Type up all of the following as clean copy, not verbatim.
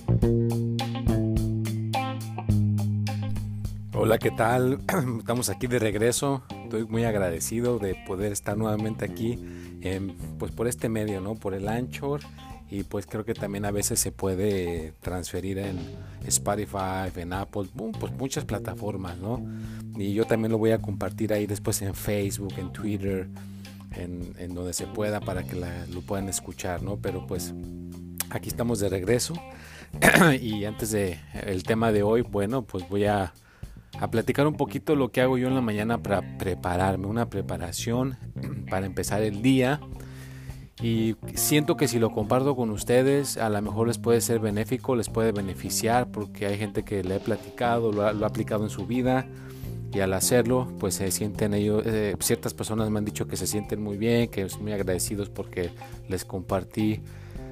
Hola, ¿qué tal? Estamos aquí de regreso. Estoy muy agradecido de poder estar nuevamente aquí, pues por este medio, ¿no? Por el Anchor, y pues creo que también a veces se puede transferir en Spotify, en Apple, pues muchas plataformas, ¿no? Y yo también lo voy a compartir ahí después en Facebook, en Twitter, en donde se pueda para que lo puedan escuchar, ¿no? Pero pues aquí estamos de regreso. Y antes de el tema de hoy, bueno, pues voy a platicar un poquito lo que hago yo en la mañana para prepararme, una preparación para empezar el día. Y siento que si lo comparto con ustedes, a lo mejor les puede ser benéfico, les puede beneficiar, porque hay gente que le he platicado, lo ha aplicado en su vida, y al hacerlo, pues se sienten ellos, ciertas personas me han dicho que se sienten muy bien, que son muy agradecidos porque les compartí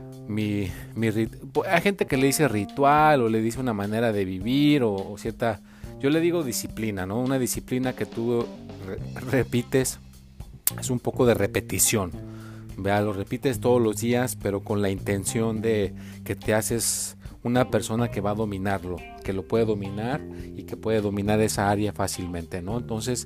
hay gente que le dice ritual o le dice una manera de vivir o cierta, yo le digo disciplina, ¿no? Una disciplina que tú repites, es un poco de repetición. Vea, lo repites todos los días, pero con la intención de que te haces una persona que va a dominarlo, que lo puede dominar y que puede dominar esa área fácilmente, ¿no? Entonces,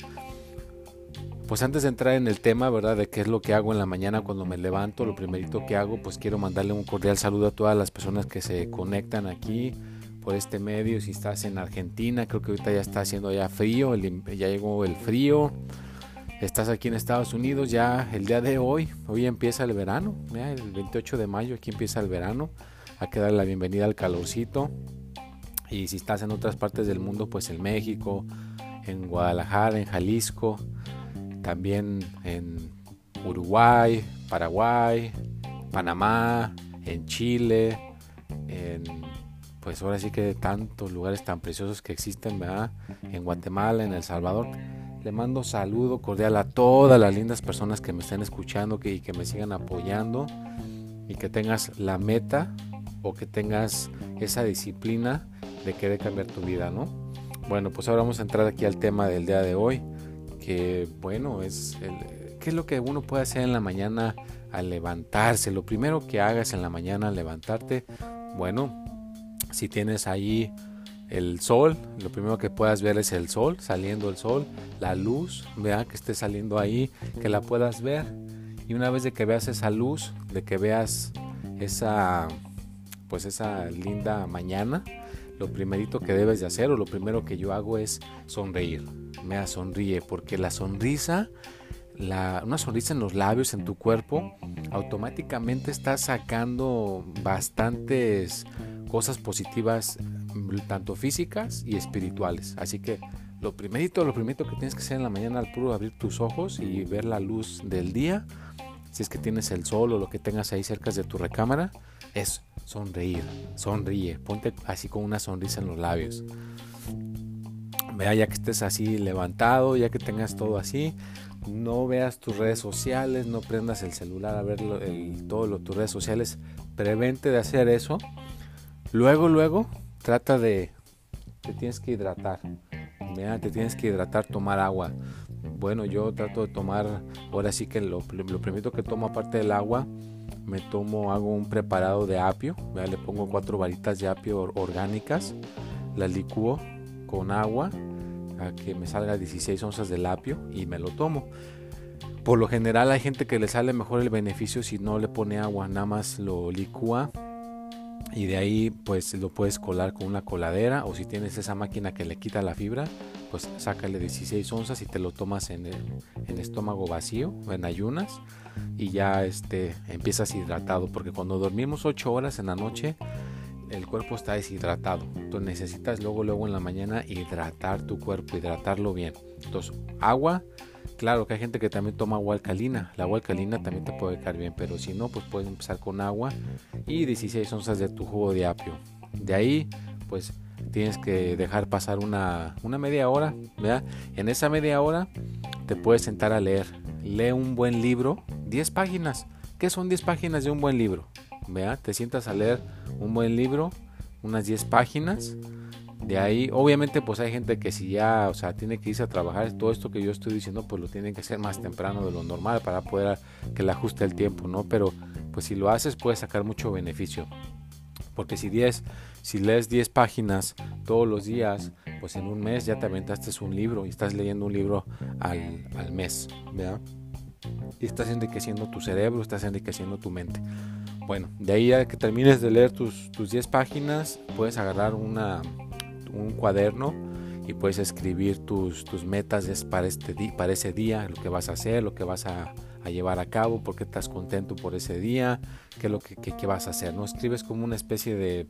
pues antes de entrar en el tema, ¿verdad? De qué es lo que hago en la mañana cuando me levanto, lo primerito que hago, pues quiero mandarle un cordial saludo a todas las personas que se conectan aquí por este medio. Si estás en Argentina, creo que ahorita ya está haciendo ya frío, ya llegó el frío. Estás aquí en Estados Unidos, ya el día de hoy empieza el verano, ¿ya? El 28 de mayo aquí empieza el verano. Hay que darle la bienvenida al calorcito. Y si estás en otras partes del mundo, pues en México, en Guadalajara, en Jalisco, también en Uruguay, Paraguay, Panamá, en Chile, pues ahora sí que tantos lugares tan preciosos que existen, ¿verdad? En Guatemala, en El Salvador. Le mando saludo cordial a todas las lindas personas que me estén escuchando y que me sigan apoyando, y que tengas la meta o que tengas esa disciplina de querer cambiar tu vida, ¿no? Bueno, pues ahora vamos a entrar aquí al tema del día de hoy, que bueno, ¿qué es lo que uno puede hacer en la mañana al levantarse? Lo primero que hagas en la mañana al levantarte, bueno, si tienes ahí el sol, lo primero que puedas ver es el sol, saliendo el sol, la luz, vea que esté saliendo ahí, que la puedas ver. Y una vez de que veas esa luz, de que veas esa linda mañana, lo primerito que debes de hacer, o lo primero que yo hago, es sonreír. Mira, sonríe, porque la sonrisa, una sonrisa en los labios, en tu cuerpo, automáticamente está sacando bastantes cosas positivas, tanto físicas y espirituales. Así que lo primerito que tienes que hacer en la mañana, al puro abrir tus ojos y ver la luz del día, si es que tienes el sol o lo que tengas ahí cerca de tu recámara, es sonreír. Sonríe, ponte así con una sonrisa en los labios. Vea, ya que estés así levantado, ya que tengas todo así, no veas tus redes sociales, no prendas el celular a ver tus redes sociales. Prevente de hacer eso. Luego trata te tienes que hidratar. Mira, te tienes que hidratar, tomar agua. Bueno, yo trato de tomar, ahora sí que lo primero que tomo aparte del agua, hago un preparado de apio. Mira, le pongo 4 varitas de apio orgánicas, las licúo con agua a que me salga 16 onzas del apio y me lo tomo. Por lo general hay gente que le sale mejor el beneficio si no le pone agua, nada más lo licúa, y de ahí pues lo puedes colar con una coladera, o si tienes esa máquina que le quita la fibra, pues sácale 16 onzas y te lo tomas en estómago vacío, en ayunas, y ya empiezas hidratado, porque cuando dormimos 8 horas en la noche, el cuerpo está deshidratado. Entonces necesitas luego en la mañana hidratar tu cuerpo, hidratarlo bien. Entonces, agua. Claro que hay gente que también toma agua alcalina. La agua alcalina también te puede caer bien, pero si no, pues puedes empezar con agua y 16 onzas de tu jugo de apio. De ahí, pues tienes que dejar pasar una media hora, ¿verdad? En esa media hora te puedes sentar a leer. Lee un buen libro, 10 páginas. ¿Qué son 10 páginas de un buen libro? ¿Verdad? Te sientas a leer un buen libro, unas 10 páginas. De ahí, obviamente, pues hay gente que si ya, o sea, tiene que irse a trabajar, todo esto que yo estoy diciendo, pues lo tienen que hacer más temprano de lo normal para poder que le ajuste el tiempo, ¿no? Pero, pues si lo haces, puedes sacar mucho beneficio. Porque si lees 10 páginas todos los días, pues en un mes ya te aventaste un libro y estás leyendo un libro al mes, ¿verdad? Y estás enriqueciendo tu cerebro, estás enriqueciendo tu mente. Bueno, de ahí a que termines de leer tus 10 páginas, puedes agarrar un cuaderno y puedes escribir tus metas para ese día, lo que vas a hacer, lo que vas a llevar a cabo, por qué estás contento por ese día, qué es lo que vas a hacer, ¿no? Escribes como una especie de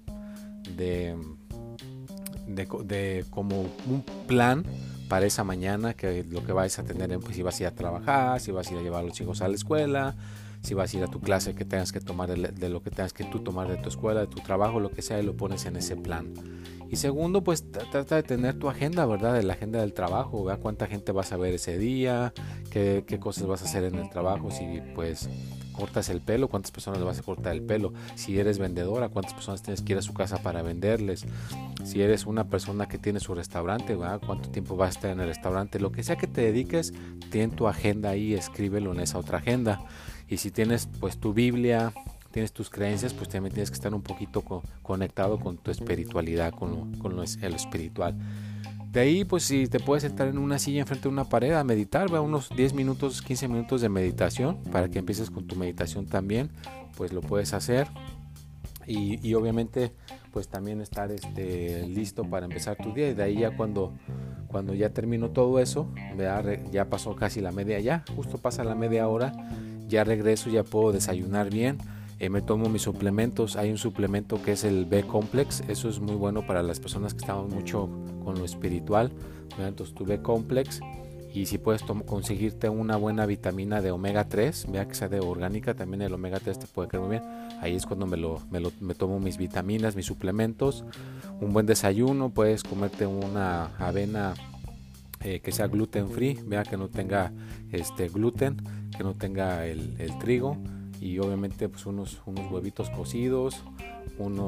como un plan para esa mañana, que lo que vas a tener, pues si vas a ir a trabajar, si vas a ir a llevar a los chicos a la escuela, si vas a ir a tu clase que tengas que tomar de lo que tengas que tú tomar de tu escuela, de tu trabajo, lo que sea, y lo pones en ese plan. Y segundo, pues trata de tener tu agenda, ¿verdad? De la agenda del trabajo, ¿verdad? Cuánta gente vas a ver ese día, qué cosas vas a hacer en el trabajo, si pues cortas el pelo, cuántas personas le vas a cortar el pelo, si eres vendedora, cuántas personas tienes que ir a su casa para venderles, si eres una persona que tiene su restaurante, ¿verdad? Cuánto tiempo vas a estar en el restaurante, lo que sea que te dediques, ten tu agenda ahí, escríbelo en esa otra agenda. Y si tienes pues tu Biblia, tienes tus creencias, pues también tienes que estar un poquito conectado con tu espiritualidad, con lo espiritual. De ahí, pues si te puedes sentar en una silla enfrente de una pared a meditar, ¿va? Unos 10 minutos, 15 minutos de meditación, para que empieces con tu meditación también, pues lo puedes hacer. Y obviamente, pues también estar listo para empezar tu día. Y de ahí ya cuando ya termino todo eso, ya pasó casi la media, ya justo pasa la media hora, ya regreso, ya puedo desayunar bien. Me tomo mis suplementos. Hay un suplemento que es el B-Complex. Eso es muy bueno para las personas que estamos mucho con lo espiritual, ¿verdad? Entonces tu B-Complex, y si puedes conseguirte una buena vitamina de omega 3, vea que sea de orgánica, también el omega 3 te puede caer muy bien. Ahí es cuando me tomo mis vitaminas, mis suplementos. Un buen desayuno, puedes comerte una avena que sea gluten free, vea que no tenga gluten, que no tenga el trigo. Y obviamente pues unos huevitos cocidos, una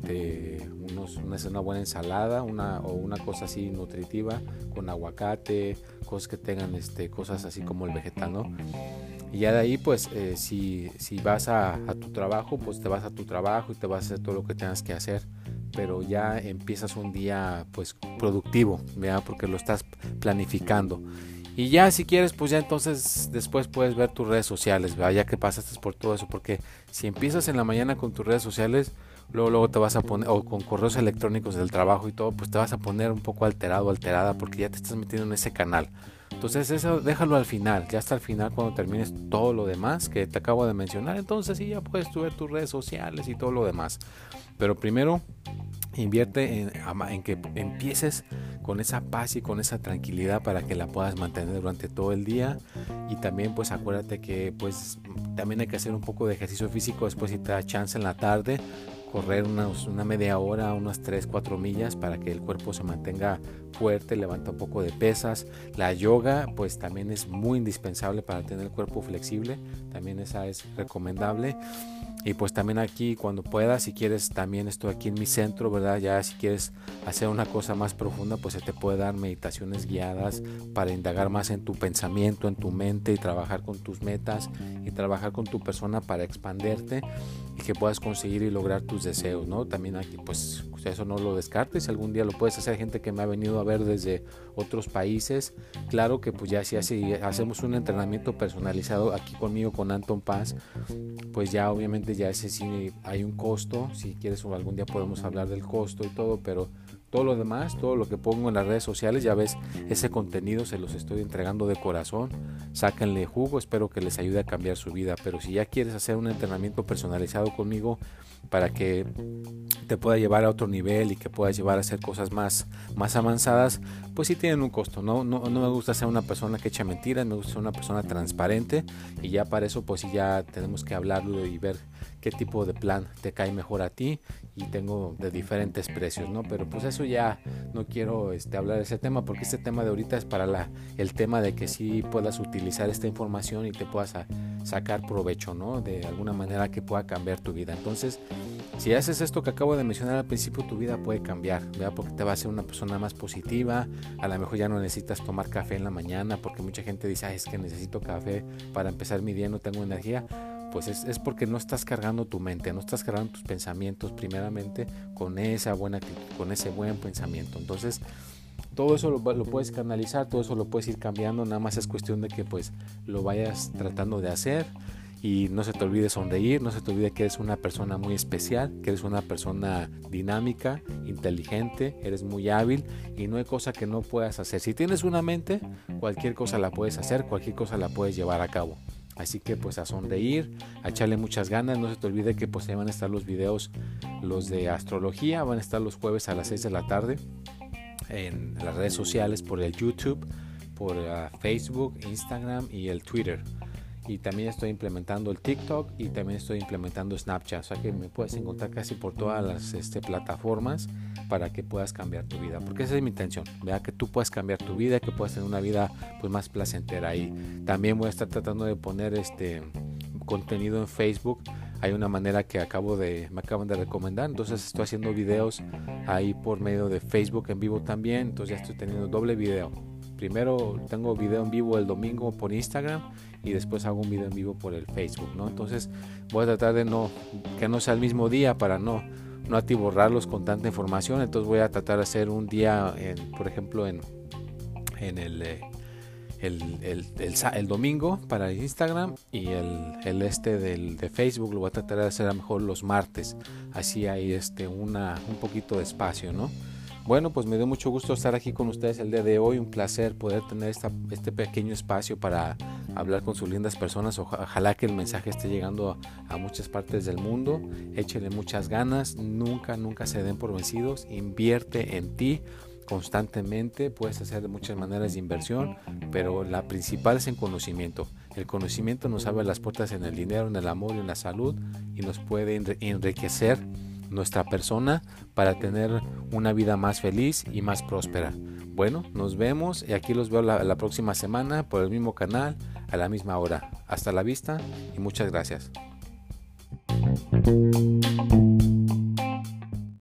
buena ensalada, o una cosa así nutritiva con aguacate, cosas que tengan cosas así como el vegetal, ¿no? Y ya de ahí pues si vas a tu trabajo, pues te vas a tu trabajo y te vas a hacer todo lo que tengas que hacer, pero ya empiezas un día pues productivo, ¿verdad? Porque lo estás planificando. Y ya si quieres, pues ya entonces después puedes ver tus redes sociales, ¿verdad? Ya que pasaste por todo eso, porque si empiezas en la mañana con tus redes sociales, luego te vas a poner, o con correos electrónicos del trabajo y todo, pues te vas a poner un poco alterada, porque ya te estás metiendo en ese canal. Entonces eso déjalo al final, ya hasta el final cuando termines todo lo demás que te acabo de mencionar, entonces sí ya puedes ver tus redes sociales y todo lo demás. Pero primero invierte en que empieces con esa paz y con esa tranquilidad para que la puedas mantener durante todo el día. Y también pues acuérdate que pues también hay que hacer un poco de ejercicio físico después, si te da chance en la tarde, correr una media hora, unas 3-4 millas, para que el cuerpo se mantenga fuerte, levanta un poco de pesas. La yoga pues también es muy indispensable para tener el cuerpo flexible, también esa es recomendable. Y pues también aquí cuando puedas, si quieres, también estoy aquí en mi centro, ¿verdad? Ya si quieres hacer una cosa más profunda, pues se te puede dar meditaciones guiadas para indagar más en tu pensamiento, en tu mente, y trabajar con tus metas y trabajar con tu persona para expanderte y que puedas conseguir y lograr tus deseos, ¿no? También aquí pues eso no lo descartes, algún día lo puedes hacer. Gente que me ha venido a ver desde otros países, claro que pues ya si hacemos un entrenamiento personalizado aquí conmigo, con Anton Paz, pues ya obviamente ya ese sí hay un costo. Si quieres o algún día podemos hablar del costo y todo, pero todo lo demás, todo lo que pongo en las redes sociales, ya ves, ese contenido se los estoy entregando de corazón. Sáquenle jugo, espero que les ayude a cambiar su vida. Pero si ya quieres hacer un entrenamiento personalizado conmigo para que te pueda llevar a otro nivel y que puedas llevar a hacer cosas más avanzadas, pues sí tienen un costo. No me gusta ser una persona que echa mentiras, me gusta ser una persona transparente, y ya para eso pues sí ya tenemos que hablarlo y ver qué tipo de plan te cae mejor a ti, y tengo de diferentes precios, ¿no? Pero pues eso ya no quiero hablar de ese tema, porque este tema de ahorita es para el tema de que sí puedas utilizar esta información y te puedas sacar provecho, ¿no? De alguna manera que pueda cambiar tu vida. Entonces, si haces esto que acabo de mencionar al principio, tu vida puede cambiar, ¿verdad? Porque te va a hacer una persona más positiva. A lo mejor ya no necesitas tomar café en la mañana, porque mucha gente dice, es que necesito café para empezar mi día, no tengo energía. pues es porque no estás cargando tu mente, no estás cargando tus pensamientos primeramente con esa buena actitud, con ese buen pensamiento. Entonces todo eso lo puedes canalizar, todo eso lo puedes ir cambiando, nada más es cuestión de que pues lo vayas tratando de hacer. Y no se te olvide sonreír, no se te olvide que eres una persona muy especial, que eres una persona dinámica, inteligente, eres muy hábil y no hay cosa que no puedas hacer. Si tienes una mente, cualquier cosa la puedes hacer, cualquier cosa la puedes llevar a cabo. Así que pues a sonreír, a echarle muchas ganas. No se te olvide que pues ahí van a estar los videos, los de astrología, van a estar los jueves a las 6 de la tarde en las redes sociales, por el YouTube, por Facebook, Instagram y el Twitter. Y también estoy implementando el TikTok y también estoy implementando Snapchat. O sea que me puedes encontrar casi por todas las plataformas para que puedas cambiar tu vida. Porque esa es mi intención. Vea que tú puedas cambiar tu vida, que puedas tener una vida pues más placentera. Y también voy a estar tratando de poner contenido en Facebook. Hay una manera que me acaban de recomendar. Entonces estoy haciendo videos ahí por medio de Facebook en vivo también. Entonces ya estoy teniendo doble video. Primero tengo video en vivo el domingo por Instagram y después hago un video en vivo por el Facebook, ¿no? Entonces voy a tratar de que no sea el mismo día para no atiborrarlos con tanta información. Entonces voy a tratar de hacer un día, por ejemplo, en el domingo para Instagram y de Facebook lo voy a tratar de hacer a lo mejor los martes. Así hay un poquito de espacio, ¿no? Bueno, pues me dio mucho gusto estar aquí con ustedes el día de hoy, un placer poder tener este pequeño espacio para hablar con sus lindas personas. Ojalá que el mensaje esté llegando a muchas partes del mundo. Échenle muchas ganas, nunca se den por vencidos, invierte en ti constantemente. Puedes hacer de muchas maneras de inversión, pero la principal es en conocimiento. El conocimiento nos abre las puertas en el dinero, en el amor y en la salud y nos puede enriquecer nuestra persona para tener una vida más feliz y más próspera. Bueno, nos vemos y aquí los veo la próxima semana por el mismo canal a la misma hora. Hasta la vista y muchas gracias.